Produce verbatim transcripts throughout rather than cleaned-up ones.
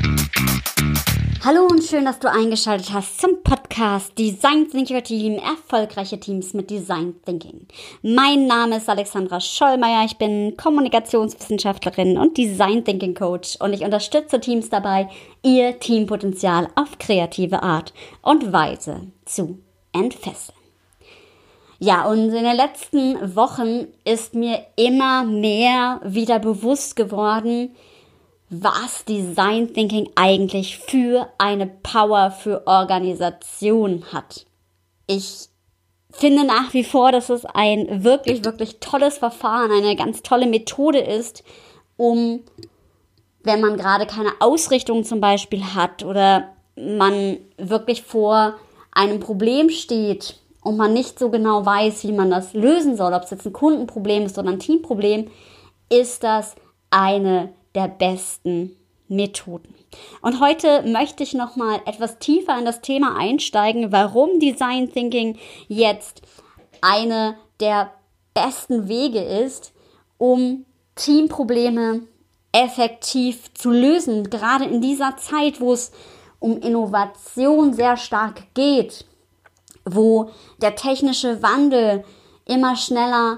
Hallo und schön, dass du eingeschaltet hast zum Podcast Design Thinking Team, erfolgreiche Teams mit Design Thinking. Mein Name ist Alexandra Schollmeier, ich bin Kommunikationswissenschaftlerin und Design Thinking Coach und ich unterstütze Teams dabei, ihr Teampotenzial auf kreative Art und Weise zu entfesseln. Ja, und in den letzten Wochen ist mir immer mehr wieder bewusst geworden, was Design Thinking eigentlich für eine Power für Organisation hat. Ich finde nach wie vor, dass es ein wirklich, wirklich tolles Verfahren, eine ganz tolle Methode ist, um, wenn man gerade keine Ausrichtung zum Beispiel hat oder man wirklich vor einem Problem steht und man nicht so genau weiß, wie man das lösen soll, ob es jetzt ein Kundenproblem ist oder ein Teamproblem, ist das eine der besten Methoden. Und heute möchte ich nochmal etwas tiefer in das Thema einsteigen, warum Design Thinking jetzt eine der besten Wege ist, um Teamprobleme effektiv zu lösen. Gerade in dieser Zeit, wo es um Innovation sehr stark geht, wo der technische Wandel immer schneller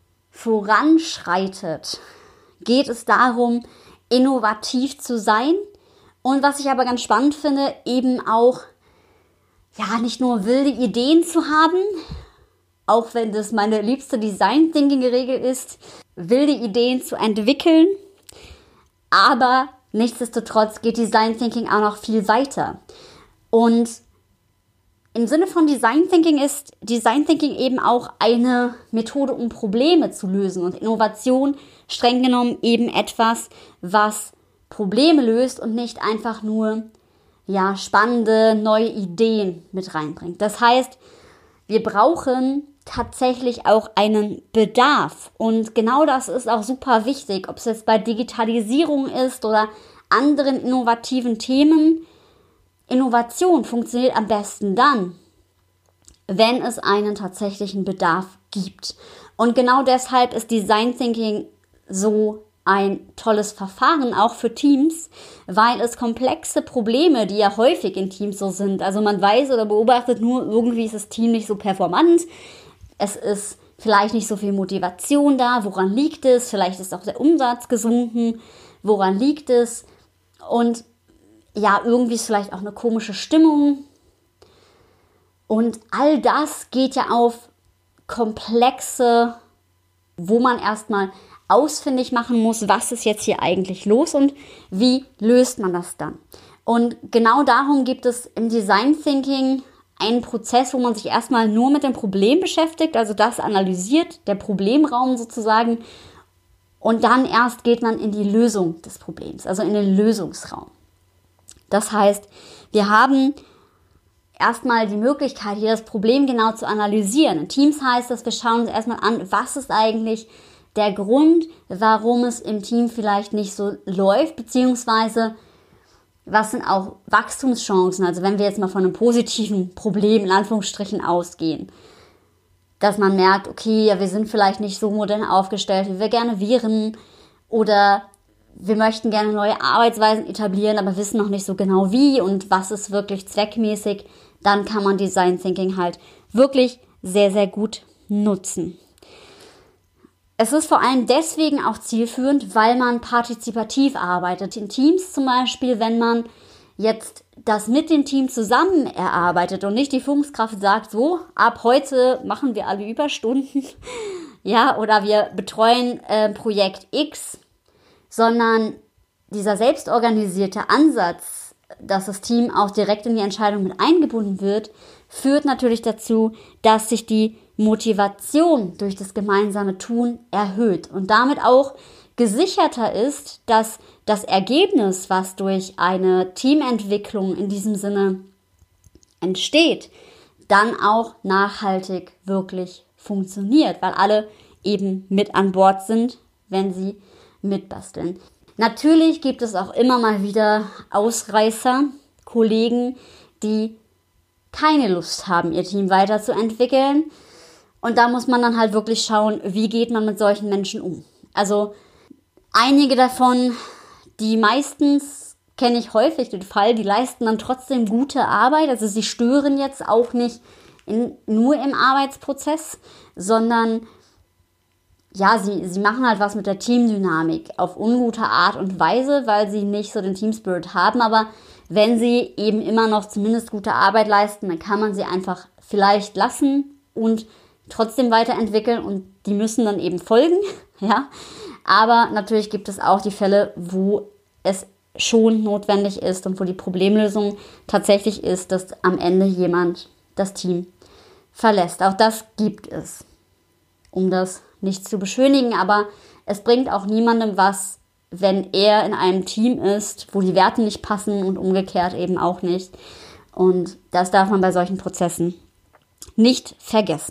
voranschreitet, geht es darum, innovativ zu sein und was ich aber ganz spannend finde, eben auch ja nicht nur wilde Ideen zu haben, auch wenn das meine liebste Design Thinking Regel ist, wilde Ideen zu entwickeln, aber nichtsdestotrotz geht Design Thinking auch noch viel weiter. Und im Sinne von Design Thinking ist Design Thinking eben auch eine Methode, um Probleme zu lösen und Innovation streng genommen eben etwas, was Probleme löst und nicht einfach nur ja, spannende neue Ideen mit reinbringt. Das heißt, wir brauchen tatsächlich auch einen Bedarf und genau das ist auch super wichtig, ob es jetzt bei Digitalisierung ist oder anderen innovativen Themen. Innovation funktioniert am besten dann, wenn es einen tatsächlichen Bedarf gibt. Und genau deshalb ist Design Thinking so ein tolles Verfahren, auch für Teams, weil es komplexe Probleme, die ja häufig in Teams so sind, also man weiß oder beobachtet nur, irgendwie ist das Team nicht so performant, es ist vielleicht nicht so viel Motivation da, woran liegt es? Vielleicht ist auch der Umsatz gesunken, woran liegt es? Und ja, irgendwie ist vielleicht auch eine komische Stimmung. Und all das geht ja auf komplexe, wo man erstmal ausfindig machen muss, was ist jetzt hier eigentlich los und wie löst man das dann. Und genau darum gibt es im Design Thinking einen Prozess, wo man sich erstmal nur mit dem Problem beschäftigt, also das analysiert, der Problemraum sozusagen. Und dann erst geht man in die Lösung des Problems, also in den Lösungsraum. Das heißt, wir haben erstmal die Möglichkeit, hier das Problem genau zu analysieren. In Teams heißt das, wir schauen uns erstmal an, was ist eigentlich der Grund, warum es im Team vielleicht nicht so läuft, beziehungsweise was sind auch Wachstumschancen, also wenn wir jetzt mal von einem positiven Problem in Anführungsstrichen ausgehen, dass man merkt, okay, ja, wir sind vielleicht nicht so modern aufgestellt, wie wir gerne wären oder wir möchten gerne neue Arbeitsweisen etablieren, aber wissen noch nicht so genau wie und was ist wirklich zweckmäßig, dann kann man Design Thinking halt wirklich sehr, sehr gut nutzen. Es ist vor allem deswegen auch zielführend, weil man partizipativ arbeitet. In Teams zum Beispiel, wenn man jetzt das mit dem Team zusammen erarbeitet und nicht die Führungskraft sagt, so, ab heute machen wir alle Überstunden, ja, oder wir betreuen äh, Projekt X, sondern dieser selbstorganisierte Ansatz, dass das Team auch direkt in die Entscheidung mit eingebunden wird, führt natürlich dazu, dass sich die Motivation durch das gemeinsame Tun erhöht und damit auch gesicherter ist, dass das Ergebnis, was durch eine Teamentwicklung in diesem Sinne entsteht, dann auch nachhaltig wirklich funktioniert, weil alle eben mit an Bord sind, wenn sie mitbasteln. Natürlich gibt es auch immer mal wieder Ausreißer, Kollegen, die keine Lust haben, ihr Team weiterzuentwickeln. Und da muss man dann halt wirklich schauen, wie geht man mit solchen Menschen um. Also einige davon, die meistens kenne ich häufig den Fall, die leisten dann trotzdem gute Arbeit. Also sie stören jetzt auch nicht in, nur im Arbeitsprozess, sondern ja, sie, sie machen halt was mit der Teamdynamik auf ungute Art und Weise, weil sie nicht so den Teamspirit haben. Aber wenn sie eben immer noch zumindest gute Arbeit leisten, dann kann man sie einfach vielleicht lassen und trotzdem weiterentwickeln und die müssen dann eben folgen. Ja, aber natürlich gibt es auch die Fälle, wo es schon notwendig ist und wo die Problemlösung tatsächlich ist, dass am Ende jemand das Team verlässt. Auch das gibt es, um das nicht zu beschönigen, aber es bringt auch niemandem was, wenn er in einem Team ist, wo die Werte nicht passen und umgekehrt eben auch nicht. Und das darf man bei solchen Prozessen nicht vergessen.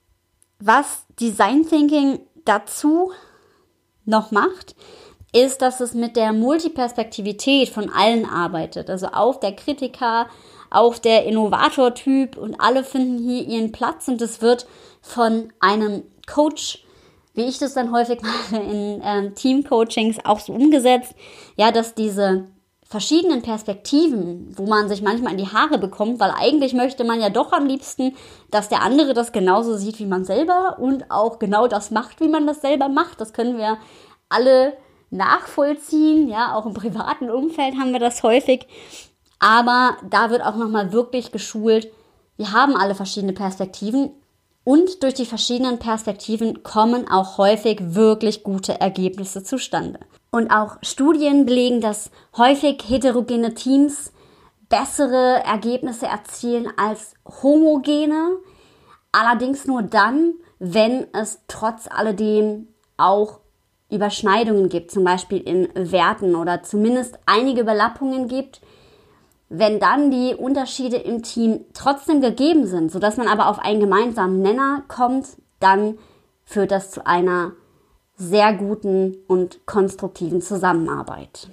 Was Design Thinking dazu noch macht, ist, dass es mit der Multiperspektivität von allen arbeitet. Also auch der Kritiker, auch der Innovator-Typ und alle finden hier ihren Platz und es wird von einem Coach, wie ich das dann häufig mache in ähm, Team-Coachings, auch so umgesetzt, ja, dass diese verschiedenen Perspektiven, wo man sich manchmal in die Haare bekommt, weil eigentlich möchte man ja doch am liebsten, dass der andere das genauso sieht wie man selber und auch genau das macht, wie man das selber macht. Das können wir alle nachvollziehen, ja, auch im privaten Umfeld haben wir das häufig. Aber da wird auch nochmal wirklich geschult, wir haben alle verschiedene Perspektiven und durch die verschiedenen Perspektiven kommen auch häufig wirklich gute Ergebnisse zustande. Und auch Studien belegen, dass häufig heterogene Teams bessere Ergebnisse erzielen als homogene. Allerdings nur dann, wenn es trotz alledem auch Überschneidungen gibt, zum Beispiel in Werten oder zumindest einige Überlappungen gibt. Wenn dann die Unterschiede im Team trotzdem gegeben sind, sodass man aber auf einen gemeinsamen Nenner kommt, dann führt das zu einer sehr guten und konstruktiven Zusammenarbeit.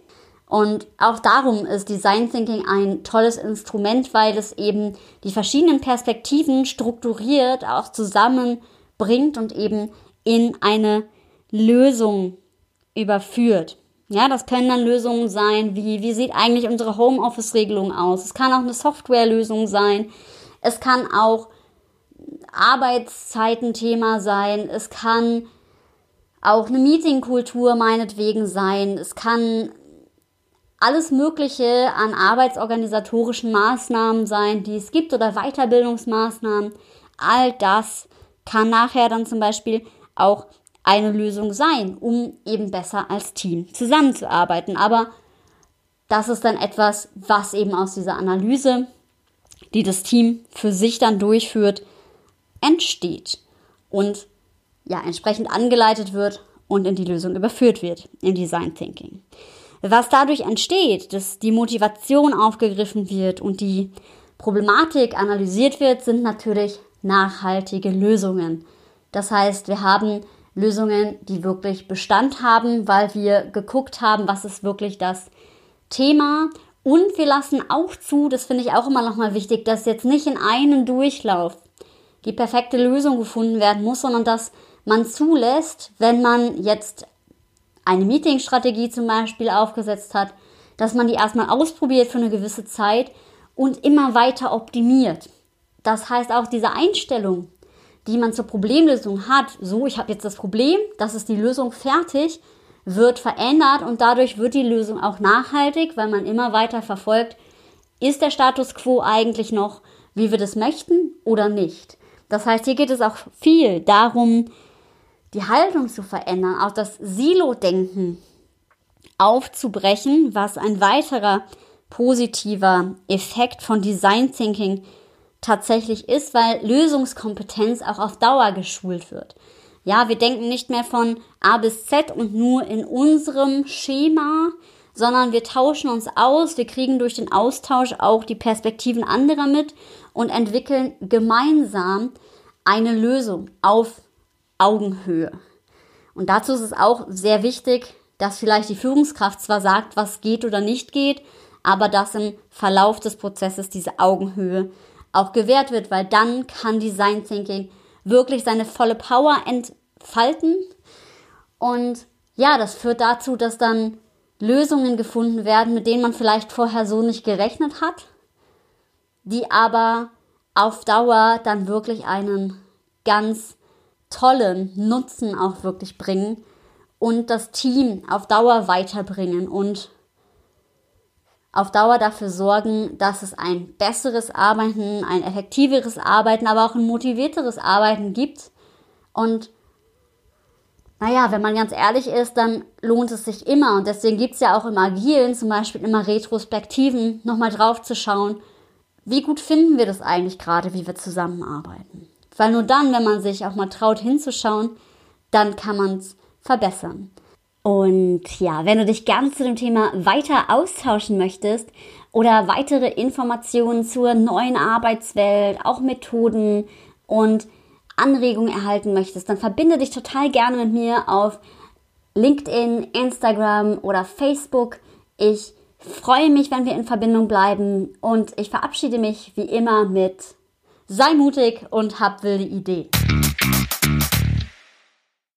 Und auch darum ist Design Thinking ein tolles Instrument, weil es eben die verschiedenen Perspektiven strukturiert auch zusammenbringt und eben in eine Lösung überführt. Ja, das können dann Lösungen sein, wie, wie sieht eigentlich unsere Homeoffice-Regelung aus? Es kann auch eine Softwarelösung sein. Es kann auch Arbeitszeitenthema sein. Es kann auch eine Meetingkultur meinetwegen sein. Es kann alles Mögliche an arbeitsorganisatorischen Maßnahmen sein, die es gibt oder Weiterbildungsmaßnahmen. All das kann nachher dann zum Beispiel auch eine Lösung sein, um eben besser als Team zusammenzuarbeiten. Aber das ist dann etwas, was eben aus dieser Analyse, die das Team für sich dann durchführt, entsteht und ja entsprechend angeleitet wird und in die Lösung überführt wird im Design Thinking. Was dadurch entsteht, dass die Motivation aufgegriffen wird und die Problematik analysiert wird, sind natürlich nachhaltige Lösungen. Das heißt, wir haben Lösungen, die wirklich Bestand haben, weil wir geguckt haben, was ist wirklich das Thema. Und wir lassen auch zu, das finde ich auch immer nochmal wichtig, dass jetzt nicht in einem Durchlauf die perfekte Lösung gefunden werden muss, sondern dass man zulässt, wenn man jetzt eine Meetingstrategie zum Beispiel aufgesetzt hat, dass man die erstmal ausprobiert für eine gewisse Zeit und immer weiter optimiert. Das heißt auch diese Einstellung, die man zur Problemlösung hat, so ich habe jetzt das Problem, das ist die Lösung fertig, wird verändert und dadurch wird die Lösung auch nachhaltig, weil man immer weiter verfolgt, ist der Status quo eigentlich noch, wie wir das möchten oder nicht. Das heißt, hier geht es auch viel darum, die Haltung zu verändern, auch das Silo-Denken aufzubrechen, was ein weiterer positiver Effekt von Design Thinking tatsächlich ist, weil Lösungskompetenz auch auf Dauer geschult wird. Ja, wir denken nicht mehr von A bis Z und nur in unserem Schema, sondern wir tauschen uns aus, wir kriegen durch den Austausch auch die Perspektiven anderer mit und entwickeln gemeinsam eine Lösung auf Augenhöhe. Und dazu ist es auch sehr wichtig, dass vielleicht die Führungskraft zwar sagt, was geht oder nicht geht, aber dass im Verlauf des Prozesses diese Augenhöhe auch gewährt wird, weil dann kann Design Thinking wirklich seine volle Power entfalten. Und ja, das führt dazu, dass dann Lösungen gefunden werden, mit denen man vielleicht vorher so nicht gerechnet hat, die aber auf Dauer dann wirklich einen ganz tollen Nutzen auch wirklich bringen und das Team auf Dauer weiterbringen und auf Dauer dafür sorgen, dass es ein besseres Arbeiten, ein effektiveres Arbeiten, aber auch ein motivierteres Arbeiten gibt. Und naja, wenn man ganz ehrlich ist, dann lohnt es sich immer. Und deswegen gibt es ja auch im Agilen zum Beispiel immer Retrospektiven, nochmal drauf zu schauen, wie gut finden wir das eigentlich gerade, wie wir zusammenarbeiten. Weil nur dann, wenn man sich auch mal traut hinzuschauen, dann kann man es verbessern. Und ja, wenn du dich gerne zu dem Thema weiter austauschen möchtest oder weitere Informationen zur neuen Arbeitswelt, auch Methoden und Anregungen erhalten möchtest, dann verbinde dich total gerne mit mir auf LinkedIn, Instagram oder Facebook. Ich freue mich, wenn wir in Verbindung bleiben und ich verabschiede mich wie immer mit: sei mutig und hab wilde Ideen.